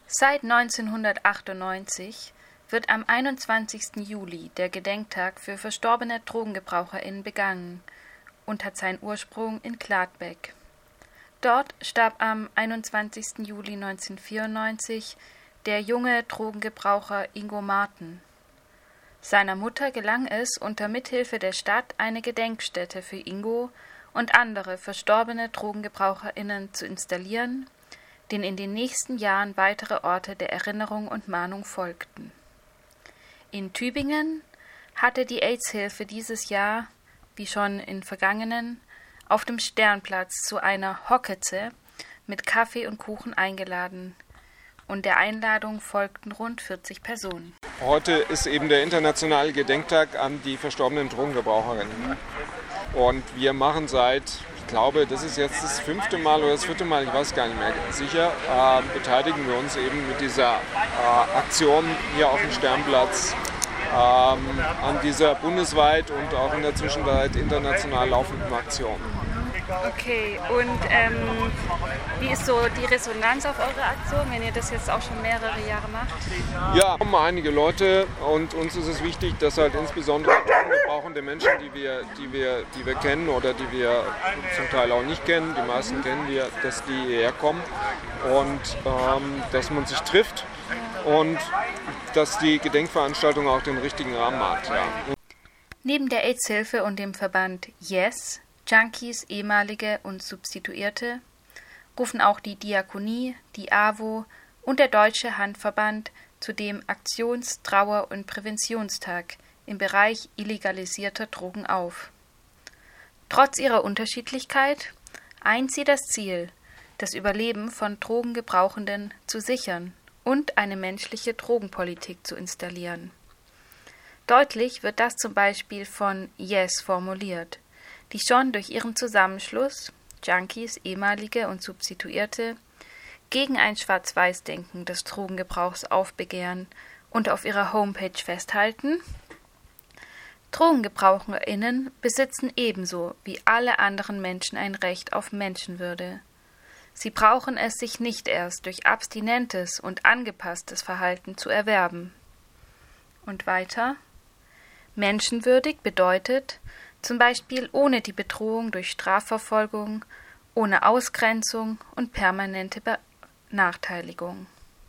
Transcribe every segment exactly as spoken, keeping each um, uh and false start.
Seit neunzehnhundertachtundneunzig wird am einundzwanzigsten Juli der Gedenktag für verstorbene DrogengebraucherInnen begangen und hat seinen Ursprung in Gladbeck. Dort starb am einundzwanzigsten Juli neunzehnhundertvierundneunzig der junge Drogengebraucher Ingo Marten. Seiner Mutter gelang es, unter Mithilfe der Stadt eine Gedenkstätte für Ingo und andere verstorbene DrogengebraucherInnen zu installieren, denen in den nächsten Jahren weitere Orte der Erinnerung und Mahnung folgten. In Tübingen hatte die AIDS-Hilfe dieses Jahr, wie schon in vergangenen, auf dem Sternplatz zu einer Hockeze mit Kaffee und Kuchen eingeladen, und der Einladung folgten rund vierzig Personen. Heute ist eben der internationale Gedenktag an die verstorbenen Drogengebraucherinnen. Und wir machen seit, ich glaube, das ist jetzt das fünfte Mal oder das vierte Mal, ich weiß gar nicht mehr sicher, äh, beteiligen wir uns eben mit dieser äh, Aktion hier auf dem Sternplatz ähm, an dieser bundesweit und auch in der Zwischenzeit international laufenden Aktion. Okay, und ähm, wie ist so die Resonanz auf eure Aktion, wenn ihr das jetzt auch schon mehrere Jahre macht? Ja, kommen einige Leute, und uns ist es wichtig, dass halt insbesondere drogengebrauchende Menschen, die wir, die, wir, die wir kennen oder die wir zum Teil auch nicht kennen, die meisten kennen wir, dass die hierher kommen und ähm, dass man sich trifft und dass die Gedenkveranstaltung auch den richtigen Rahmen hat. Ja. Neben der AIDS-Hilfe und dem Verband Yes, Junkies, ehemalige und Substituierte, rufen auch die Diakonie, die AWO und der Deutsche Handverband zu dem Aktions-, Trauer- und Präventionstag im Bereich illegalisierter Drogen auf. Trotz ihrer Unterschiedlichkeit eint sie das Ziel, das Überleben von Drogengebrauchenden zu sichern und eine menschliche Drogenpolitik zu installieren. Deutlich wird das zum Beispiel von Yes formuliert, die schon durch ihren Zusammenschluss, Junkies, ehemalige und Substituierte, gegen ein Schwarz-Weiß-Denken des Drogengebrauchs aufbegehren und auf ihrer Homepage festhalten: DrogengebraucherInnen besitzen ebenso wie alle anderen Menschen ein Recht auf Menschenwürde. Sie brauchen es sich nicht erst durch abstinentes und angepasstes Verhalten zu erwerben. Und weiter: Menschenwürdig bedeutet, zum Beispiel ohne die Bedrohung durch Strafverfolgung, ohne Ausgrenzung und permanente Benachteiligung.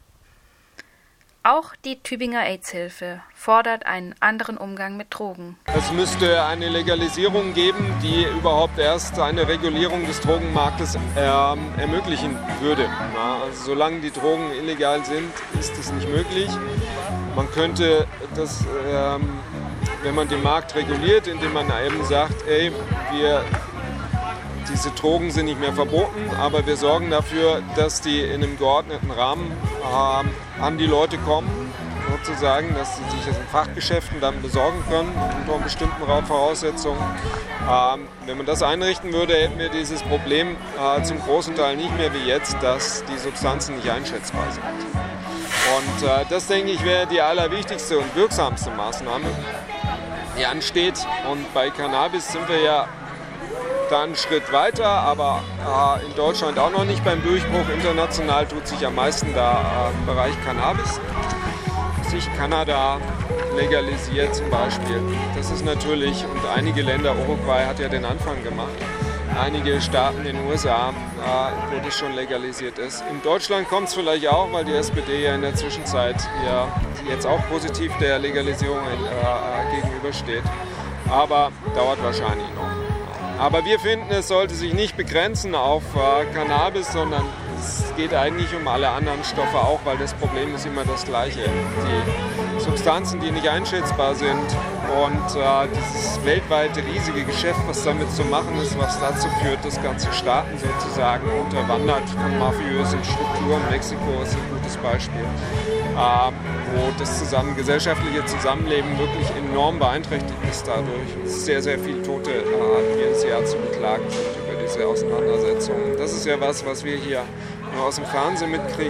Auch die Tübinger AIDS-Hilfe fordert einen anderen Umgang mit Drogen. Es müsste eine Legalisierung geben, die überhaupt erst eine Regulierung des Drogenmarktes ähm, ermöglichen würde. Na, also solange die Drogen illegal sind, ist es nicht möglich. Man könnte das, ähm, wenn man den Markt reguliert, indem man eben sagt, ey, wir, diese Drogen sind nicht mehr verboten, aber wir sorgen dafür, dass die in einem geordneten Rahmen äh, an die Leute kommen, sozusagen, dass sie sich das in Fachgeschäften dann besorgen können, unter bestimmten Voraussetzungen. Ähm, wenn man das einrichten würde, hätten wir dieses Problem äh, zum großen Teil nicht mehr wie jetzt, dass die Substanzen nicht einschätzbar sind. Und äh, das, denke ich, wäre die allerwichtigste und wirksamste Maßnahme, die ansteht. Und bei Cannabis sind wir ja da einen Schritt weiter, aber äh, in Deutschland auch noch nicht beim Durchbruch. International tut sich am meisten da äh, im Bereich Cannabis. Sich Kanada legalisiert zum Beispiel. Das ist natürlich, und einige Länder, Uruguay hat ja den Anfang gemacht, einige Staaten in den U S A, äh, wo das schon legalisiert ist. In Deutschland kommt es vielleicht auch, weil die S P D ja in der Zwischenzeit ja jetzt auch positiv der Legalisierung äh, gegenübersteht. Aber dauert wahrscheinlich noch. Aber wir finden, es sollte sich nicht begrenzen auf äh, Cannabis, sondern es geht eigentlich um alle anderen Stoffe auch, weil das Problem ist immer das gleiche. Die Substanzen, die nicht einschätzbar sind und äh, dieses weltweite riesige Geschäft, was damit zu machen ist, was dazu führt, dass ganze Staaten sozusagen unterwandert von mafiösen Strukturen. Mexiko ist ein gutes Beispiel, äh, wo das zusammen, gesellschaftliche Zusammenleben wirklich enorm beeinträchtigt ist dadurch. Es ist sehr, sehr viel Tote äh, jedes Jahr zu beklagen sind über diese Auseinandersetzungen. Das ist ja was, was wir hier nur aus dem Fernsehen mitkriegen.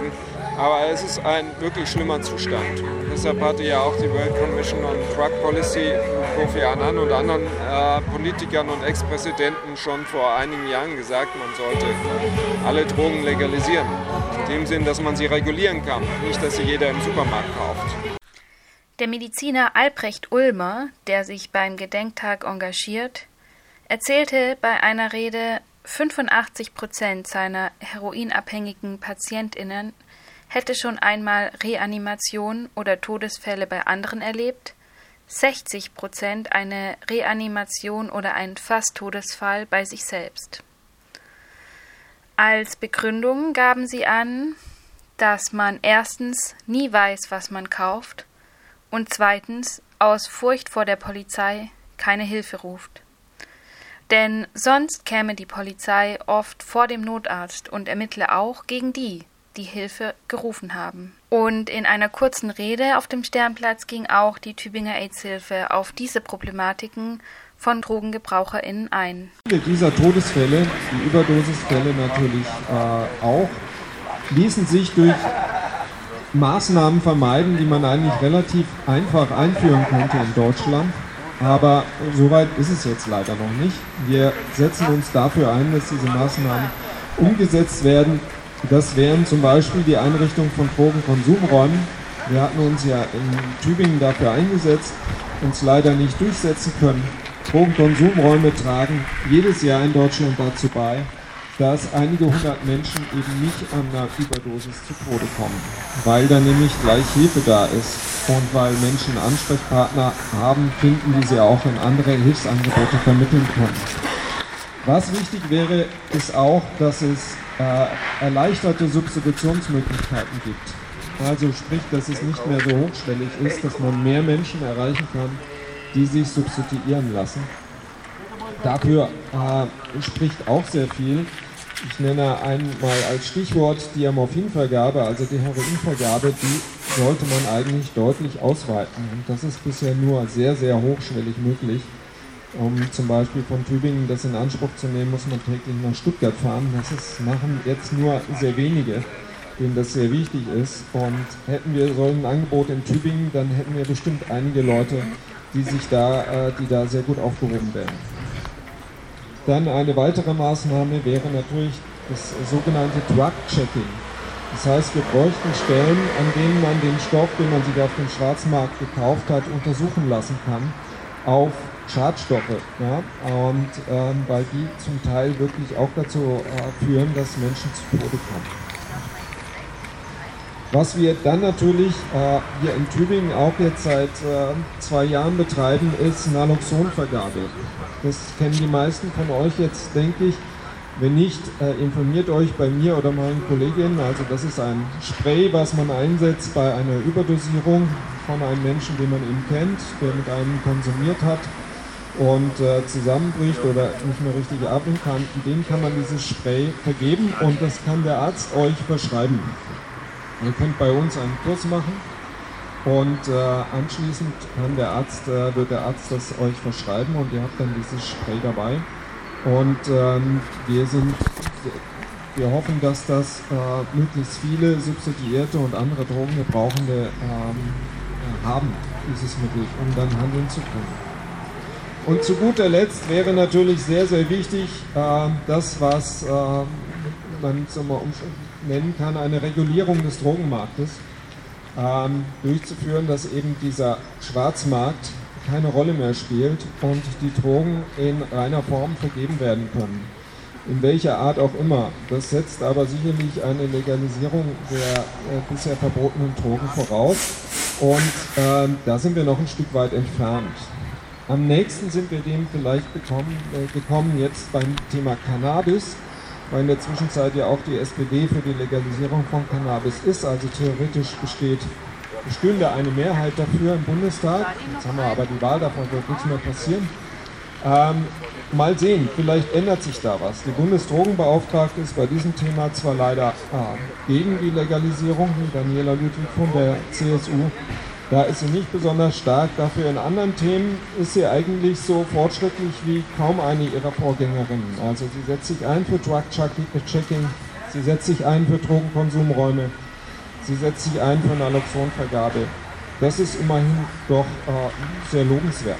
Aber es ist ein wirklich schlimmer Zustand. Deshalb hatte ja auch die World Commission on Drug Policy Kofi Annan und anderen äh, Politikern und Ex-Präsidenten schon vor einigen Jahren gesagt, man sollte alle Drogen legalisieren. In dem Sinn, dass man sie regulieren kann, nicht, dass sie jeder im Supermarkt kauft. Der Mediziner Albrecht Ulmer, der sich beim Gedenktag engagiert, erzählte bei einer Rede, fünfundachtzig Prozent seiner heroinabhängigen PatientInnen hätte schon einmal Reanimation oder Todesfälle bei anderen erlebt, sechzig Prozent eine Reanimation oder einen Fast-Todesfall bei sich selbst. Als Begründung gaben sie an, dass man erstens nie weiß, was man kauft und zweitens aus Furcht vor der Polizei keine Hilfe ruft. Denn sonst käme die Polizei oft vor dem Notarzt und ermittle auch gegen die, die Hilfe gerufen haben. Und in einer kurzen Rede auf dem Sternplatz ging auch die Tübinger AIDS-Hilfe auf diese Problematiken von DrogengebraucherInnen ein. Viele dieser Todesfälle, die Überdosisfälle natürlich äh, auch, ließen sich durch Maßnahmen vermeiden, die man eigentlich relativ einfach einführen konnte in Deutschland. Aber soweit ist es jetzt leider noch nicht. Wir setzen uns dafür ein, dass diese Maßnahmen umgesetzt werden. Das wären zum Beispiel die Einrichtung von Drogenkonsumräumen. Wir hatten uns ja in Tübingen dafür eingesetzt, uns leider nicht durchsetzen können. Drogenkonsumräume tragen jedes Jahr in Deutschland dazu bei, dass einige hundert Menschen eben nicht an einer Überdosis zu Tode kommen, weil da nämlich gleich Hilfe da ist und weil Menschen Ansprechpartner haben, finden, die sie auch in andere Hilfsangebote vermitteln können. Was wichtig wäre, ist auch, dass es äh, erleichterte Substitutionsmöglichkeiten gibt. Also sprich, dass es nicht mehr so hochschwellig ist, dass man mehr Menschen erreichen kann, die sich substituieren lassen. Dafür äh, spricht auch sehr viel. Ich nenne einmal als Stichwort die Morphinvergabe, also die Heroinvergabe, die sollte man eigentlich deutlich ausweiten. Und das ist bisher nur sehr, sehr hochschwellig möglich. Um zum Beispiel von Tübingen das in Anspruch zu nehmen, muss man täglich nach Stuttgart fahren. Das ist, machen jetzt nur sehr wenige, denen das sehr wichtig ist. Und hätten wir so ein Angebot in Tübingen, dann hätten wir bestimmt einige Leute, die sich da, äh, die da sehr gut aufgehoben werden. Dann eine weitere Maßnahme wäre natürlich das sogenannte Drug-Checking. Das heißt, wir bräuchten Stellen, an denen man den Stoff, den man sich auf dem Schwarzmarkt gekauft hat, untersuchen lassen kann auf Schadstoffe. Ja? Und ähm, weil die zum Teil wirklich auch dazu äh, führen, dass Menschen zu Tode kommen. Was wir dann natürlich äh, hier in Tübingen auch jetzt seit äh, zwei Jahren betreiben, ist Naloxonvergabe. Das kennen die meisten von euch jetzt, denke ich. Wenn nicht, äh, informiert euch bei mir oder meinen Kolleginnen. Also das ist ein Spray, was man einsetzt bei einer Überdosierung von einem Menschen, den man eben kennt, der mit einem konsumiert hat und äh, zusammenbricht oder nicht mehr richtig atmen kann. Dem kann man dieses Spray vergeben und das kann der Arzt euch verschreiben. Ihr könnt bei uns einen Kurs machen und äh, anschließend kann der Arzt, äh, wird der Arzt das euch verschreiben und ihr habt dann dieses Spray dabei. Und ähm, wir sind, wir hoffen, dass das äh, möglichst viele Substituierte und andere Drogengebrauchende ähm, haben, dieses Mittel, um dann handeln zu können. Und zu guter Letzt wäre natürlich sehr, sehr wichtig, äh, das, was äh, man so mal nennen kann, eine Regulierung des Drogenmarktes ähm, durchzuführen, dass eben dieser Schwarzmarkt keine Rolle mehr spielt und die Drogen in reiner Form vergeben werden können. In welcher Art auch immer. Das setzt aber sicherlich eine Legalisierung der äh, bisher verbotenen Drogen voraus und äh, da sind wir noch ein Stück weit entfernt. Am nächsten sind wir dem vielleicht bekommen, äh, gekommen jetzt beim Thema Cannabis, weil in der Zwischenzeit ja auch die S P D für die Legalisierung von Cannabis ist, also theoretisch besteht bestünde eine Mehrheit dafür im Bundestag. Jetzt haben wir aber die Wahl, davon wird nichts mehr passieren. Ähm, mal sehen, vielleicht ändert sich da was. Die Bundesdrogenbeauftragte ist bei diesem Thema zwar leider äh, gegen die Legalisierung, Daniela Ludwig von der C S U, da ist sie nicht besonders stark. Dafür in anderen Themen ist sie eigentlich so fortschrittlich wie kaum eine ihrer Vorgängerinnen. Also sie setzt sich ein für Drug-Checking, sie setzt sich ein für Drogenkonsumräume. sie setzt sich ein für Naloxonvergabe. Das ist immerhin doch äh, sehr lobenswert.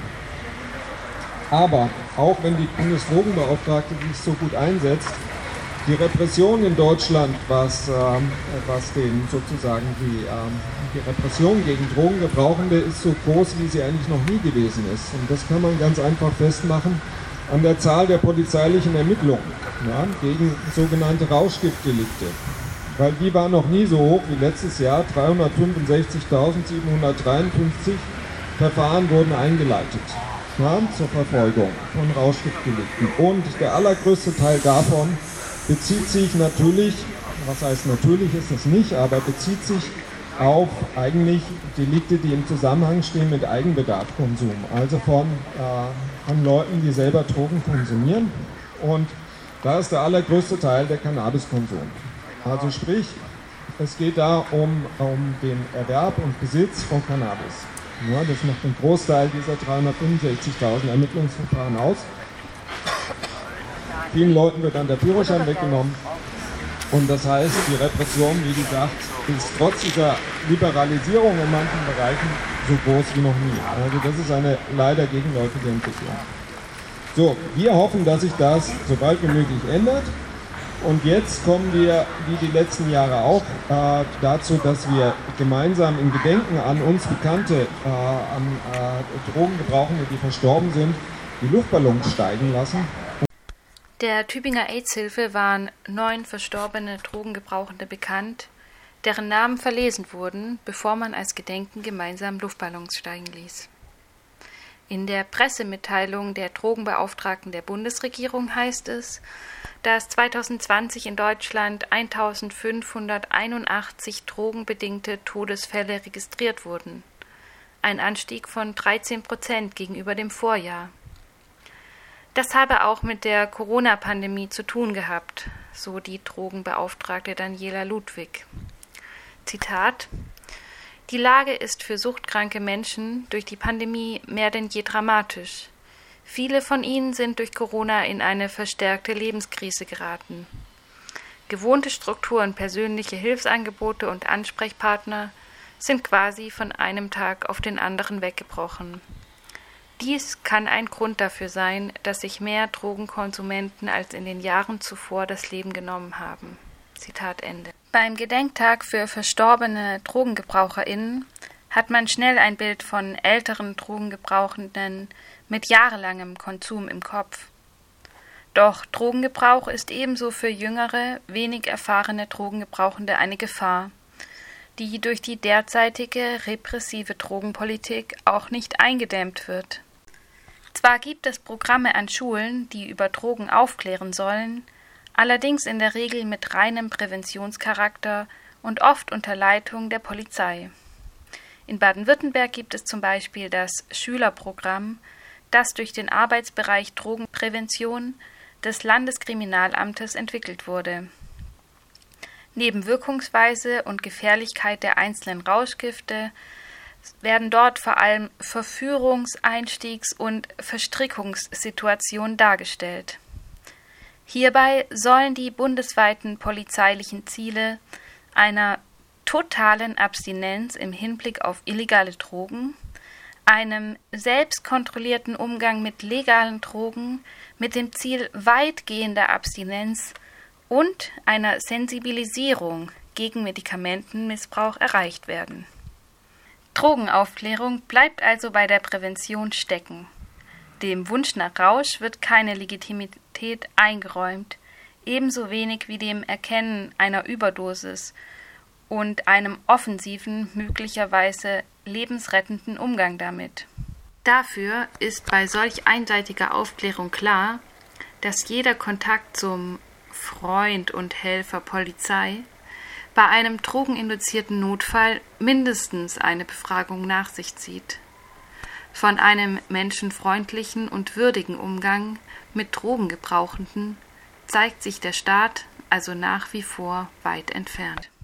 Aber auch wenn die Bundesdrogenbeauftragte sich so gut einsetzt, die Repression in Deutschland, was, ähm, was den sozusagen die, ähm, die Repression gegen Drogengebrauchende ist so groß, wie sie eigentlich noch nie gewesen ist. Und das kann man ganz einfach festmachen an der Zahl der polizeilichen Ermittlungen, ja, gegen sogenannte Rauschgiftdelikte. Weil die war noch nie so hoch wie letztes Jahr. dreihundertfünfundsechzigtausendsiebenhundertdreiundfünfzig Verfahren wurden eingeleitet, ja, zur Verfolgung von Rauschgiftdelikten. Und der allergrößte Teil davon bezieht sich natürlich, was heißt natürlich ist es nicht, aber bezieht sich auf eigentlich Delikte, die im Zusammenhang stehen mit Eigenbedarfkonsum, also von, äh, von Leuten, die selber Drogen konsumieren. Und da ist der allergrößte Teil der Cannabiskonsum. Also sprich, es geht da um, um den Erwerb und Besitz von Cannabis. Ja, das macht den Großteil dieser dreihundertfünfundsechzigtausend Ermittlungsverfahren aus. Vielen Leuten wird dann der Führerschein weggenommen. Und das heißt, die Repression, wie gesagt, ist trotz dieser Liberalisierung in manchen Bereichen so groß wie noch nie. Also das ist eine leider gegenläufige Entwicklung. So, wir hoffen, dass sich das so bald wie möglich ändert. Und jetzt kommen wir, wie die letzten Jahre auch, äh, dazu, dass wir gemeinsam im Gedenken an uns Bekannte, äh, an äh, Drogengebrauchende, die verstorben sind, die Luftballons steigen lassen. Der Tübinger AIDS-Hilfe waren neun verstorbene Drogengebrauchende bekannt, deren Namen verlesen wurden, bevor man als Gedenken gemeinsam Luftballons steigen ließ. In der Pressemitteilung der Drogenbeauftragten der Bundesregierung heißt es, dass zweitausendzwanzig in Deutschland eintausendfünfhunderteinundachtzig drogenbedingte Todesfälle registriert wurden, ein Anstieg von dreizehn Prozent gegenüber dem Vorjahr. Das habe auch mit der Corona-Pandemie zu tun gehabt, so die Drogenbeauftragte Daniela Ludwig. Zitat: Die Lage ist für suchtkranke Menschen durch die Pandemie mehr denn je dramatisch. Viele von ihnen sind durch Corona in eine verstärkte Lebenskrise geraten. Gewohnte Strukturen, persönliche Hilfsangebote und Ansprechpartner sind quasi von einem Tag auf den anderen weggebrochen. Dies kann ein Grund dafür sein, dass sich mehr Drogenkonsumenten als in den Jahren zuvor das Leben genommen haben. Zitat Ende. Beim Gedenktag für verstorbene DrogengebraucherInnen hat man schnell ein Bild von älteren Drogengebrauchenden mit jahrelangem Konsum im Kopf. Doch Drogengebrauch ist ebenso für jüngere, wenig erfahrene Drogengebrauchende eine Gefahr, die durch die derzeitige repressive Drogenpolitik auch nicht eingedämmt wird. Zwar gibt es Programme an Schulen, die über Drogen aufklären sollen, allerdings in der Regel mit reinem Präventionscharakter und oft unter Leitung der Polizei. In Baden-Württemberg gibt es zum Beispiel das Schülerprogramm, das durch den Arbeitsbereich Drogenprävention des Landeskriminalamtes entwickelt wurde. Neben Wirkungsweise und Gefährlichkeit der einzelnen Rauschgifte werden dort vor allem Verführungs-, Einstiegs- und Verstrickungssituationen dargestellt. Hierbei sollen die bundesweiten polizeilichen Ziele einer totalen Abstinenz im Hinblick auf illegale Drogen, einem selbstkontrollierten Umgang mit legalen Drogen mit dem Ziel weitgehender Abstinenz und einer Sensibilisierung gegen Medikamentenmissbrauch erreicht werden. Drogenaufklärung bleibt also bei der Prävention stecken. Dem Wunsch nach Rausch wird keine Legitimität eingeräumt, ebenso wenig wie dem Erkennen einer Überdosis und einem offensiven, möglicherweise lebensrettenden Umgang damit. Dafür ist bei solch einseitiger Aufklärung klar, dass jeder Kontakt zum Freund und Helfer Polizei bei einem drogeninduzierten Notfall mindestens eine Befragung nach sich zieht. Von einem menschenfreundlichen und würdigen Umgang mit Drogengebrauchenden zeigt sich der Staat also nach wie vor weit entfernt.